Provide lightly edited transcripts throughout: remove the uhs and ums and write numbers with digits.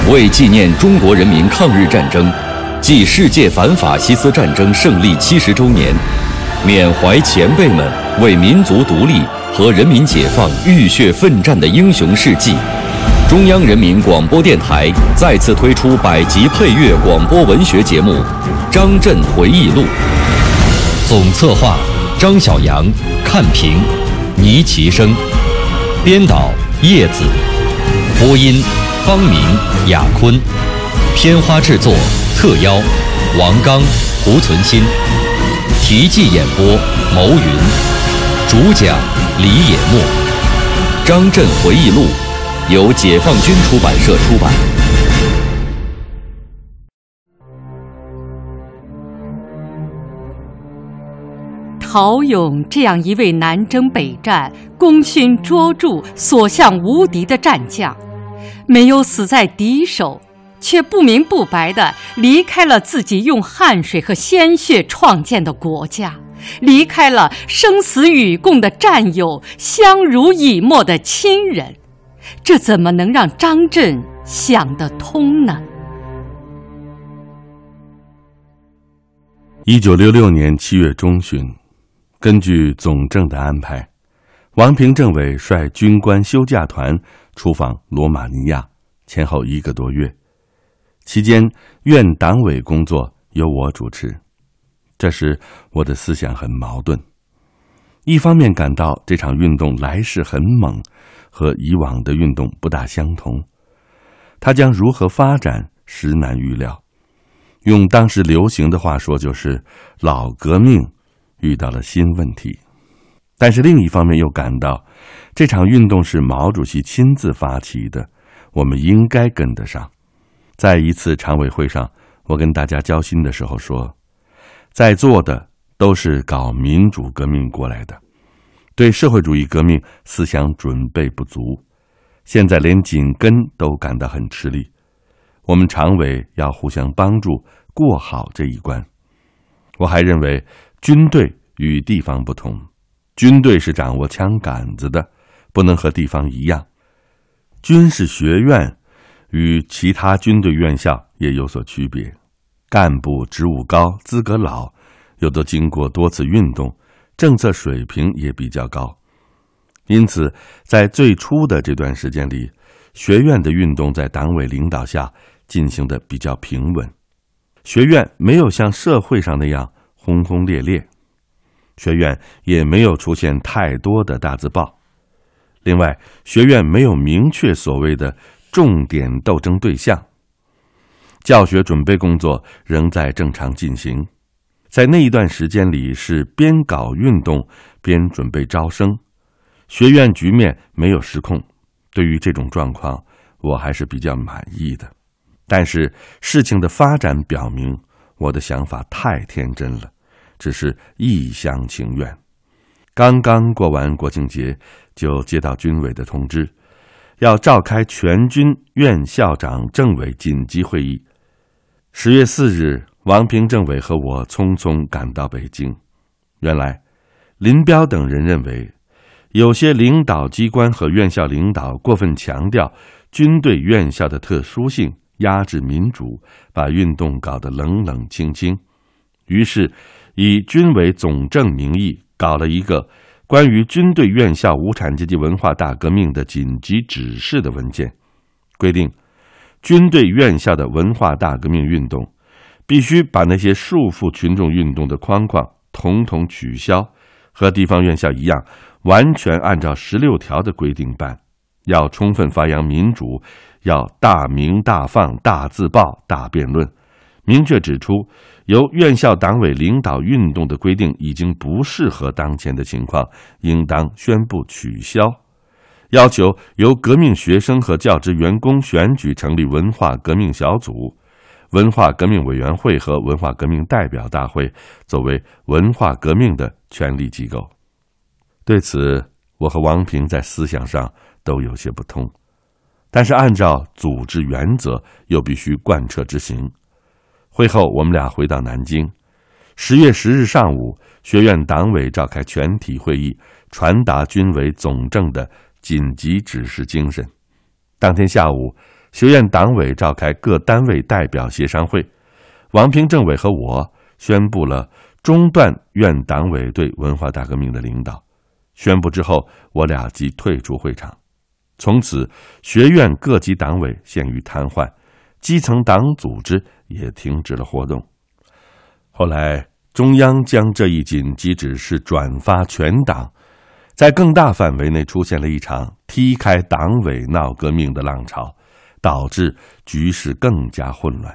为纪念中国人民抗日战争暨世界反法西斯战争胜利70周年，缅怀前辈们为民族独立和人民解放浴血奋战的英雄事迹，中央人民广播电台再次推出百集配乐广播文学节目《张震回忆录》，总策划张晓阳、看评倪其生，编导叶子，播音方明、雅坤，片花制作特邀王刚、胡存新，题记演播牟云，主讲李野墨，《张震回忆录》由解放军出版社出版。 陶勇这样一位南征北战、功勋卓著、所向无敌的战将，没有死在敌手，却不明不白地离开了自己用汗水和鲜血创建的国家，离开了生死与共的战友、相濡以沫的亲人，这怎么能让张震想得通呢 ？1966年7月中旬，根据总政的安排，王平政委率军官休假团出访罗马尼亚，前后1个多月。期间，院党委工作由我主持。这时，我的思想很矛盾。一方面感到这场运动来势很猛，和以往的运动不大相同，它将如何发展，实难预料。用当时流行的话说，就是老革命遇到了新问题。但是另一方面又感到，这场运动是毛主席亲自发起的，我们应该跟得上。在一次常委会上，我跟大家交心的时候说，在座的都是搞民主革命过来的，对社会主义革命思想准备不足，现在连紧跟都感到很吃力。我们常委要互相帮助，过好这一关。我还认为军队与地方不同，军队是掌握枪杆子的，不能和地方一样。军事学院与其他军队院校也有所区别，干部职务高，资格老，又都经过多次运动，政策水平也比较高。因此，在最初的这段时间里，学院的运动在党委领导下进行得比较平稳。学院没有像社会上那样轰轰烈烈，学院也没有出现太多的大字报。另外，学院没有明确所谓的重点斗争对象，教学准备工作仍在正常进行。在那一段时间里，是边搞运动边准备招生，学院局面没有失控。对于这种状况，我还是比较满意的。但是事情的发展表明，我的想法太天真了，只是一厢情愿。刚刚过完国庆节，就接到军委的通知，要召开全军院校长政委紧急会议。10月4日，王平政委和我匆匆赶到北京。原来，林彪等人认为，有些领导机关和院校领导过分强调军队院校的特殊性，压制民主，把运动搞得冷冷清清。于是，以军委总政名义搞了一个关于军队院校无产阶级文化大革命的紧急指示的文件，规定军队院校的文化大革命运动必须把那些束缚群众运动的框框统统取消，和地方院校一样，完全按照16条的规定办，要充分发扬民主，要大鸣大放、大自报、大辩论，明确指出由院校党委领导运动的规定已经不适合当前的情况，应当宣布取消。要求由革命学生和教职员工选举成立文化革命小组，文化革命委员会和文化革命代表大会作为文化革命的权力机构。对此，我和王平在思想上都有些不通，但是按照组织原则又必须贯彻执行。会后，我们俩回到南京。10月10日上午，学院党委召开全体会议，传达军委总政的紧急指示精神。当天下午， 学院党委召开各单位代表协商会，王平政委和我宣布了中断院党委对文化大革命的领导。宣布之后，我俩即退出会场。从此，学院各级党委陷于瘫痪，基层党组织也停止了活动。后来，中央将这一紧急指示转发全党，在更大范围内出现了一场踢开党委闹革命的浪潮，导致局势更加混乱。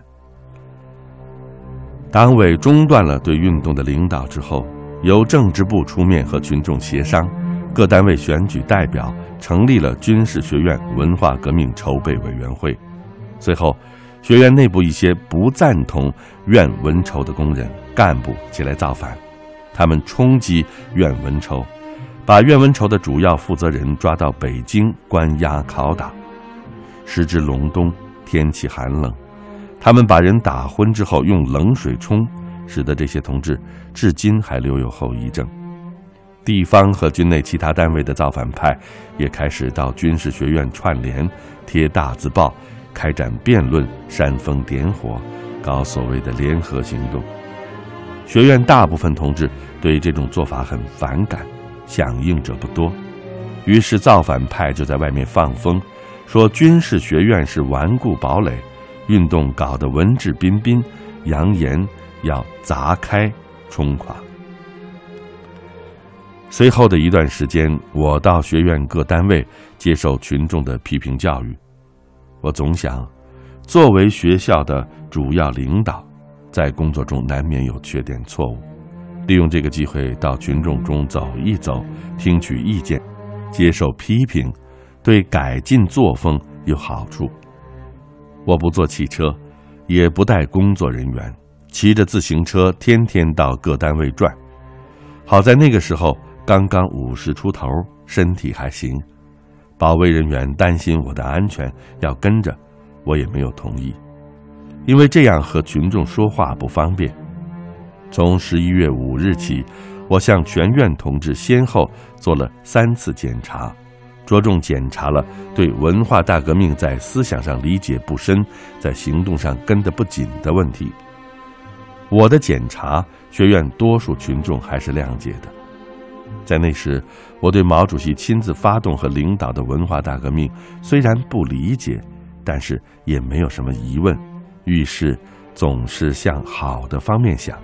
党委中断了对运动的领导之后，由政治部出面和群众协商，各单位选举代表，成立了军事学院文化革命筹备委员会。随后，学院内部一些不赞同院文筹的工人干部起来造反，他们冲击院文筹，把院文筹的主要负责人抓到北京关押拷打。时值隆冬，天气寒冷，他们把人打昏之后用冷水冲，使得这些同志至今还留有后遗症。地方和军内其他单位的造反派也开始到军事学院串联，贴大字报，开展辩论，煽风点火，搞所谓的联合行动。学院大部分同志对这种做法很反感，响应者不多，于是造反派就在外面放风，说军事学院是顽固堡垒，运动搞得文质彬彬，扬言要砸开冲垮。随后的一段时间，我到学院各单位接受群众的批评教育。我总想，作为学校的主要领导，在工作中难免有缺点错误，利用这个机会到群众中走一走，听取意见，接受批评，对改进作风有好处。我不坐汽车，也不带工作人员，骑着自行车天天到各单位转。好在那个时候刚刚50出头，身体还行，保卫人员担心我的安全，要跟着，我也没有同意，因为这样和群众说话不方便。从11月5日起，我向全院同志先后做了3次检查，着重检查了对文化大革命在思想上理解不深，在行动上跟得不紧的问题。我的检查，学院多数群众还是谅解的。在那时，我对毛主席亲自发动和领导的文化大革命虽然不理解，但是也没有什么疑问，遇事总是向好的方面想。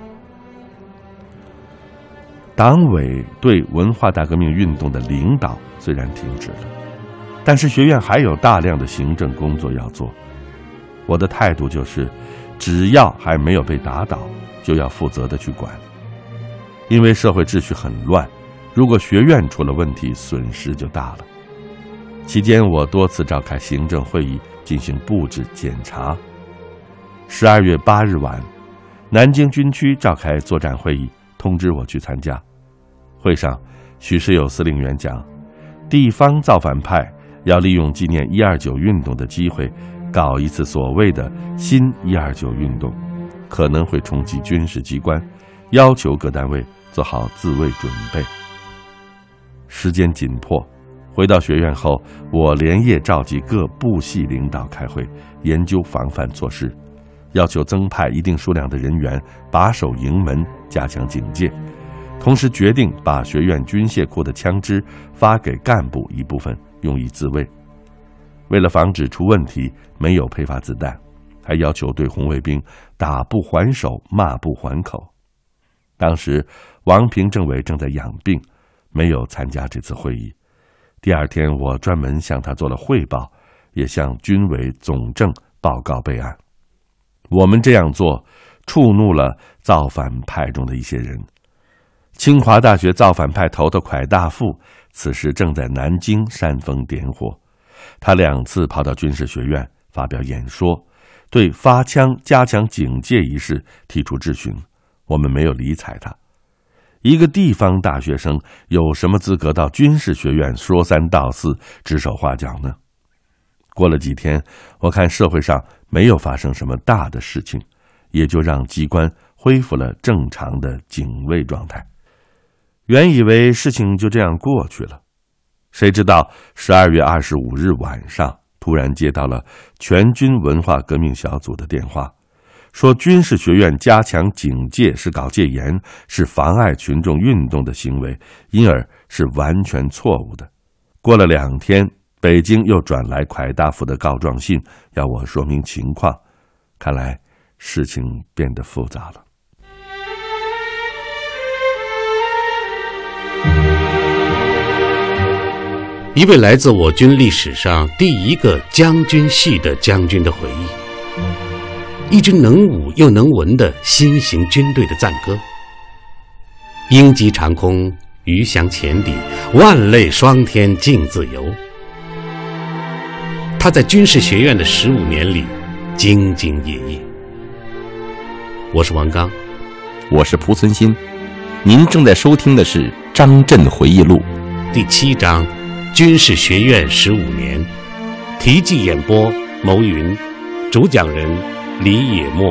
党委对文化大革命运动的领导虽然停止了，但是学院还有大量的行政工作要做。我的态度就是，只要还没有被打倒，就要负责的去管。因为社会秩序很乱，如果学院出了问题，损失就大了。期间我多次召开行政会议进行布置检查。12月8日晚，南京军区召开作战会议，通知我去参加。会上，许世友司令员讲，地方造反派要利用纪念129运动的机会，搞一次所谓的新129运动，可能会冲击军事机关，要求各单位做好自卫准备。时间紧迫，回到学院后，我连夜召集各部系领导开会，研究防范措施，要求增派一定数量的人员把守营门，加强警戒。同时决定把学院军械库的枪支发给干部一部分，用以自卫。为了防止出问题，没有配发子弹，还要求对红卫兵打不还手，骂不还口。当时王平政委正在养病，没有参加这次会议。第二天，我专门向他做了汇报，也向军委总政报告备案。我们这样做，触怒了造反派中的一些人。清华大学造反派头头蒯大富此时正在南京煽风点火，他2次跑到军事学院发表演说，对发枪加强警戒一事提出质询，我们没有理睬他。一个地方大学生有什么资格到军事学院说3道4，指手画脚呢？过了几天，我看社会上没有发生什么大的事情，也就让机关恢复了正常的警卫状态。原以为事情就这样过去了，谁知道12月25日晚上，突突然接到了全军文化革命小组的电话，说军事学院加强警戒是搞戒严，是妨碍群众运动的行为，因而是完全错误的。过了2天，北京又转来蒯大夫的告状信，要我说明情况。看来事情变得复杂了。 一位来自我军历史上第一个将军系的将军的回忆，一支能武又能文的新型军队的赞歌。鹰击长空，鱼翔浅底，万类霜天竞自由。他在军事学院的15年里兢兢业业。我是王刚， 我是蒲存昕，您正在收听的是张震回忆录第7章军事学院15年，题记演播牟云，主讲人李野墨。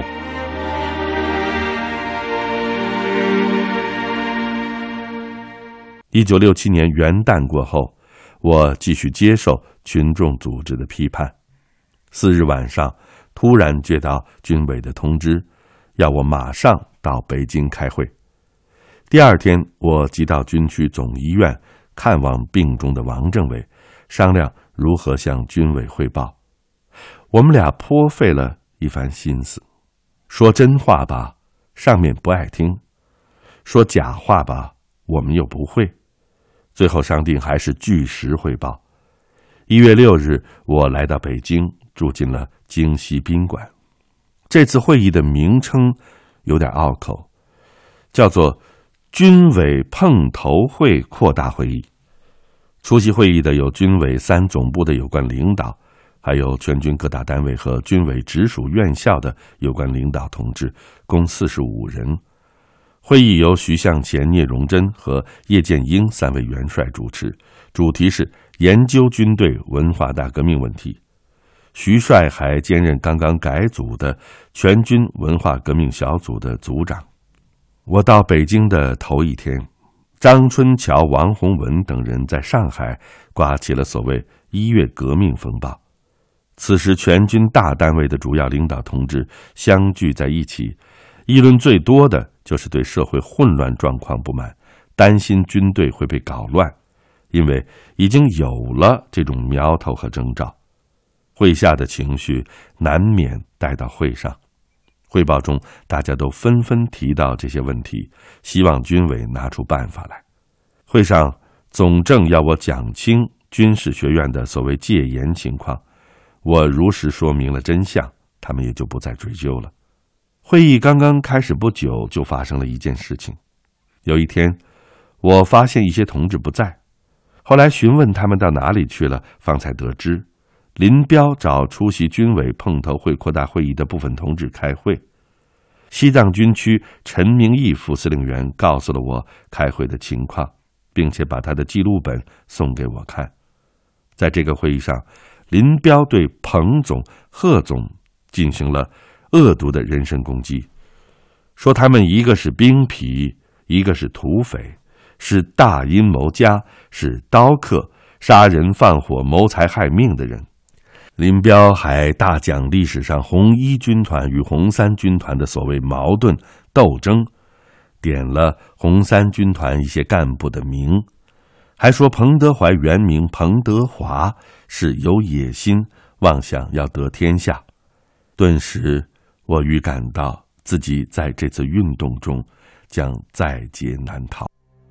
1967年元旦过后，我继续接受群众组织的批判。4日晚上，突然接到军委的通知，要我马上到北京开会。第2天，我即到军区总医院看望病中的王政委，商量如何向军委汇报。我们俩颇费了一番心思，说真话吧，上面不爱听；说假话吧，我们又不会。最后商定还是据实汇报。1月6日，我来到北京，住进了京西宾馆。这次会议的名称有点拗口，叫做军委碰头会扩大会议。出席会议的有军委3总部的有关领导，还有全军各大单位和军委直属院校的有关领导同志，共45人。会议由徐向前、聂荣臻和叶剑英3位元帅主持，主题是研究军队文化大革命问题。徐帅还兼任刚刚改组的全军文化革命小组的组长。我到北京的头1天，张春桥、王洪文等人在上海刮起了所谓1月革命风暴。此时全军大单位的主要领导同志相聚在一起，议论最多的就是对社会混乱状况不满，担心军队会被搞乱，因为已经有了这种苗头和征兆。会下的情绪难免带到会上。汇报中，大家都纷纷提到这些问题，希望军委拿出办法来。会上，总政要我讲清军事学院的所谓戒严情况，我如实说明了真相，他们也就不再追究了。会议刚刚开始不久，就发生了一件事情。有一天，我发现一些同志不在，后来询问他们到哪里去了，方才得知林彪找出席军委碰头会扩大会议的部分同志开会。西藏军区陈明义副司令员告诉了我开会的情况，并且把他的记录本送给我看。在这个会议上，林彪对彭总、贺总进行了恶毒的人身攻击，说他们一个是兵痞，一个是土匪，是大阴谋家，是刀客，杀人放火、谋财害命的人。林彪还大讲历史上红一军团与红三军团的所谓矛盾斗争，点了红三军团一些干部的名，还说彭德怀原名彭德华，是有野心，妄想要得天下。顿时我预感到自己在这次运动中将在劫难逃。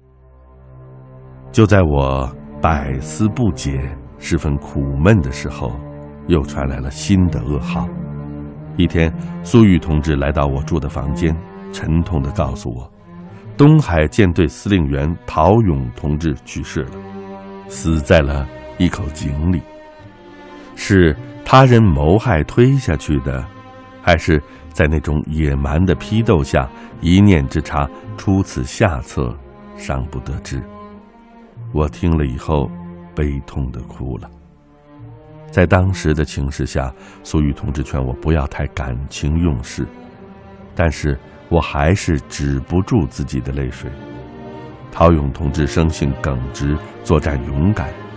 就在我百思不解、十分苦闷的时候，又传来了新的噩耗。一天，苏玉同志来到我住的房间，沉痛地告诉我，东海舰队司令员陶勇同志去世了，死在了一口井里。是他人谋害推下去的，还是在那种野蛮的批斗下，一念之差出此下策，尚不得知。我听了以后悲痛地哭了。在当时的情势下，苏玉同志劝我不要太感情用事，但是我还是止不住自己的泪水。陶勇同志生性耿直，作战勇敢，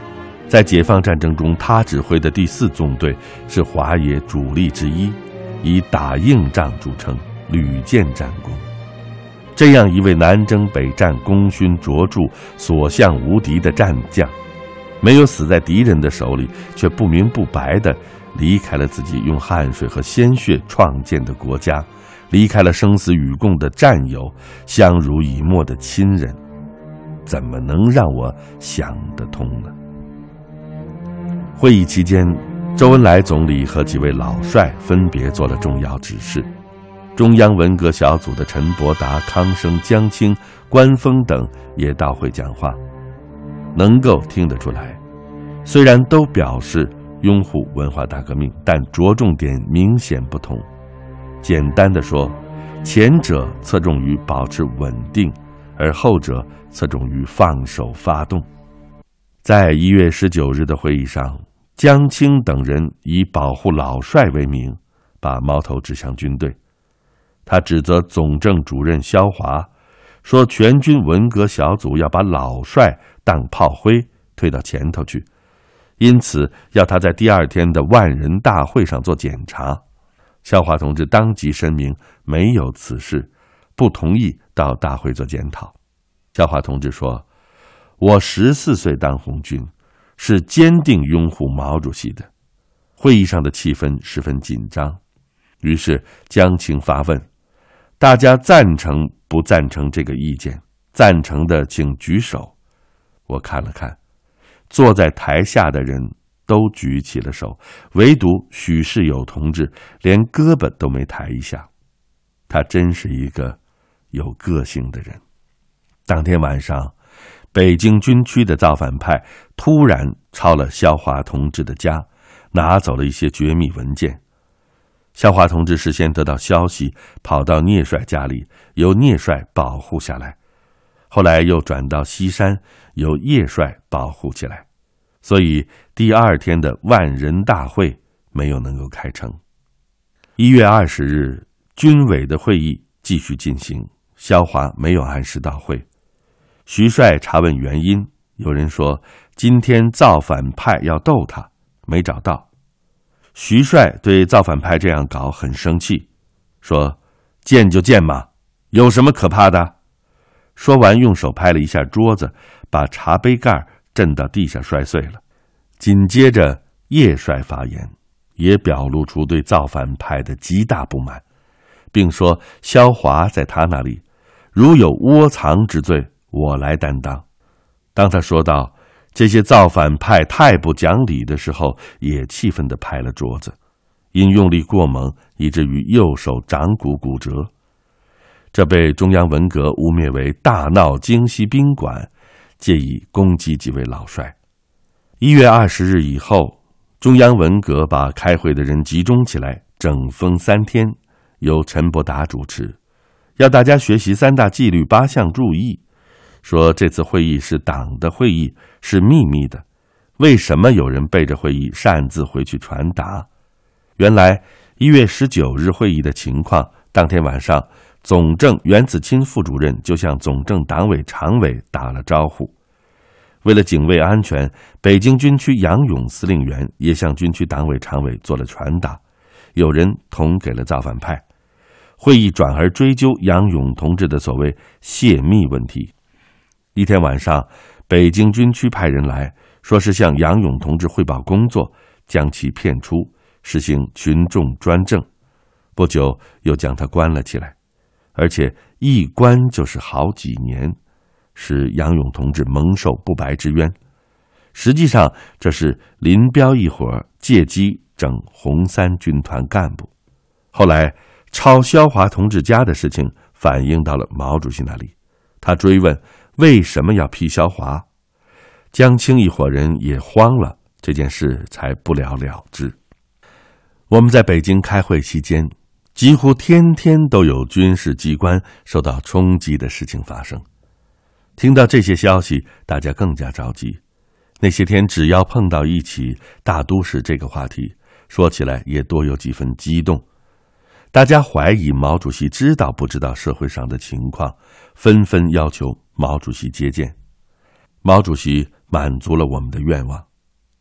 在解放战争中，他指挥的第4纵队是华野主力之一，以打硬仗著称，屡建战功。这样一位南征北战、功勋卓著、所向无敌的战将，没有死在敌人的手里，却不明不白地离开了自己用汗水和鲜血创建的国家，离开了生死与共的战友，相濡以沫的亲人，怎么能让我想得通呢？会议期间，周恩来总理和几位老帅分别做了重要指示。中央文革小组的陈伯达、康生、江青、关锋等也到会讲话，能够听得出来，虽然都表示拥护文化大革命，但着重点明显不同。简单的说，前者侧重于保持稳定，而后者侧重于放手发动。在1月19日的会议上，江青等人以保护老帅为名，把矛头指向军队。他指责总政主任萧华，说全军文革小组要把老帅当炮灰推到前头去，因此要他在第2天的万人大会上做检查。萧华同志当即声明没有此事，不同意到大会做检讨。萧华同志说，我14岁当红军，是坚定拥护毛主席的。会议上的气氛十分紧张，于是江青发问，大家赞成不赞成这个意见？赞成的请举手。我看了看，坐在台下的人都举起了手，唯独许世友同志连胳膊都没抬一下。他真是一个有个性的人。当天晚上，北京军区的造反派突然抄了萧华同志的家，拿走了一些绝密文件。萧华同志事先得到消息，跑到聂帅家里，由聂帅保护下来，后来又转到西山，由叶帅保护起来，所以第2天的万人大会没有能够开成。1月20日，军委的会议继续进行，萧华没有按时到会。徐帅查问原因，有人说今天造反派要斗他，没找到。徐帅对造反派这样搞很生气，说见就见嘛，有什么可怕的？说完用手拍了一下桌子，把茶杯盖震到地下摔碎了。紧接着叶帅发言，也表露出对造反派的极大不满，并说萧华在他那里，如有窝藏之罪，我来担当。当他说到这些造反派太不讲理的时候，也气愤地拍了桌子，因用力过猛，以至于右手掌骨骨折。这被中央文革污蔑为大闹京西宾馆，借以攻击几位老帅。1月20日以后，中央文革把开会的人集中起来，整风3天，由陈伯达主持，要大家学习3大纪律8项注意，说这次会议是党的会议，是秘密的，为什么有人背着会议擅自回去传达？原来1月19日会议的情况，当天晚上总政袁子钦副主任就向总政党委常委打了招呼。为了警卫安全，北京军区杨勇司令员也向军区党委常委做了传达，有人捅给了造反派。会议转而追究杨勇同志的所谓泄密问题。一天晚上，北京军区派人来，说是向杨勇同志汇报工作，将其骗出，实行群众专政。不久又将他关了起来，而且一关就是好几年，使杨勇同志蒙受不白之冤。实际上，这是林彪一伙借机整红三军团干部。后来抄萧华同志家的事情反映到了毛主席那里，他追问为什么要批萧华，江青一伙人也慌了，这件事才不了了之。我们在北京开会期间，几乎天天都有军事机关受到冲击的事情发生。听到这些消息，大家更加着急。那些天只要碰到一起，大都是这个话题，说起来也多有几分激动。大家怀疑毛主席知道不知道社会上的情况，纷纷要求毛主席接见。毛主席满足了我们的愿望，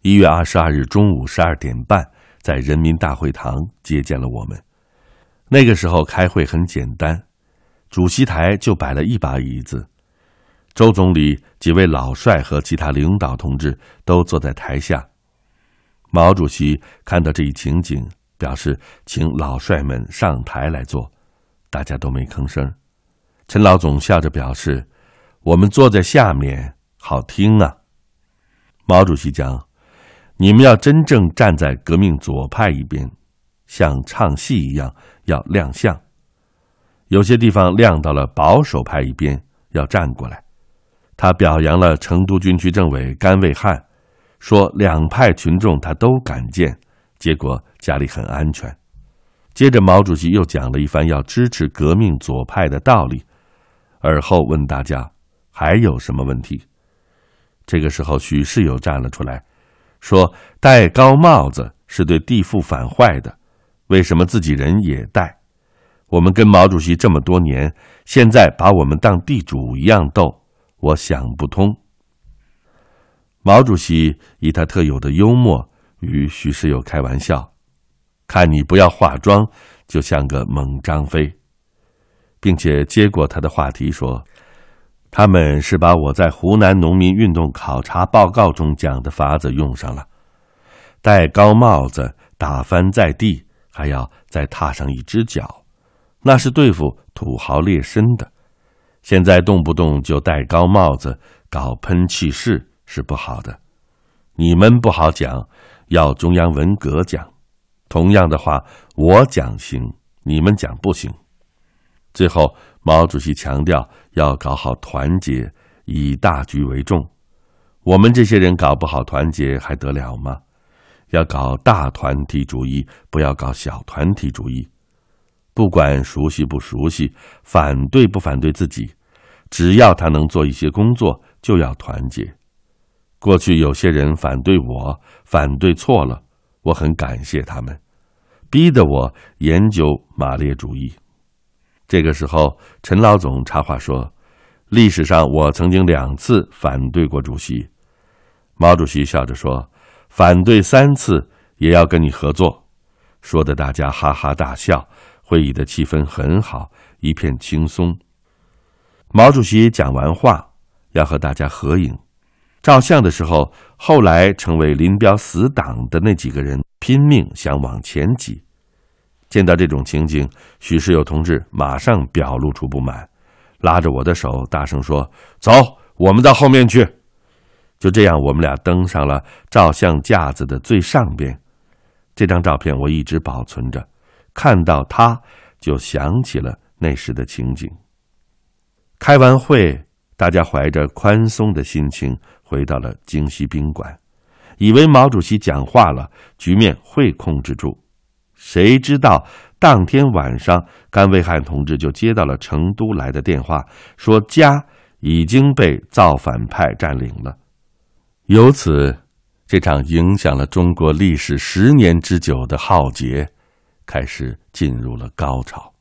1月22日中午12点半，在人民大会堂接见了我们。那个时候开会很简单，主席台就摆了一把椅子，周总理、几位老帅和其他领导同志都坐在台下。毛主席看到这一情景，表示请老帅们上台来坐，大家都没吭声。陈老总笑着表示，我们坐在下面好听啊。毛主席讲，你们要真正站在革命左派一边，像唱戏一样要亮相，有些地方亮到了保守派一边，要站过来。他表扬了成都军区政委甘卫汉，说两派群众他都敢见，结果家里很安全。接着毛主席又讲了一番要支持革命左派的道理，而后问大家还有什么问题。这个时候许世友站了出来，说戴高帽子是对地富反坏的，为什么自己人也戴？我们跟毛主席这么多年，现在把我们当地主一样斗，我想不通。毛主席以他特有的幽默与许世友开玩笑，看你不要化妆就像个猛张飞，并且接过他的话题说，他们是把我在湖南农民运动考察报告中讲的法子用上了，戴高帽子打翻在地还要再踏上一只脚，那是对付土豪劣绅的。现在动不动就戴高帽子搞喷气式是不好的，你们不好讲，要中央文革讲。同样的话，我讲行，你们讲不行。最后毛主席强调要搞好团结，以大局为重。我们这些人搞不好团结还得了吗？要搞大团体主义，不要搞小团体主义。不管熟悉不熟悉，反对不反对自己，只要他能做一些工作，就要团结。过去有些人反对我，反对错了，我很感谢他们，逼得我研究马列主义。这个时候陈老总插话说，历史上我曾经2次反对过主席。毛主席笑着说，反对3次也要跟你合作，说的大家哈哈大笑，会议的气氛很好，一片轻松。毛主席讲完话要和大家合影，照相的时候，后来成为林彪死党的那几个人拼命想往前挤。见到这种情景，许世友同志马上表露出不满，拉着我的手大声说，走，我们到后面去。就这样我们俩登上了照相架子的最上边。这张照片我一直保存着，看到它就想起了那时的情景。开完会，大家怀着宽松的心情回到了京西宾馆，以为毛主席讲话了，局面会控制住。谁知道当天晚上甘卫汉同志就接到了成都来的电话，说家已经被造反派占领了。由此，这场影响了中国历史10年之久的浩劫开始进入了高潮。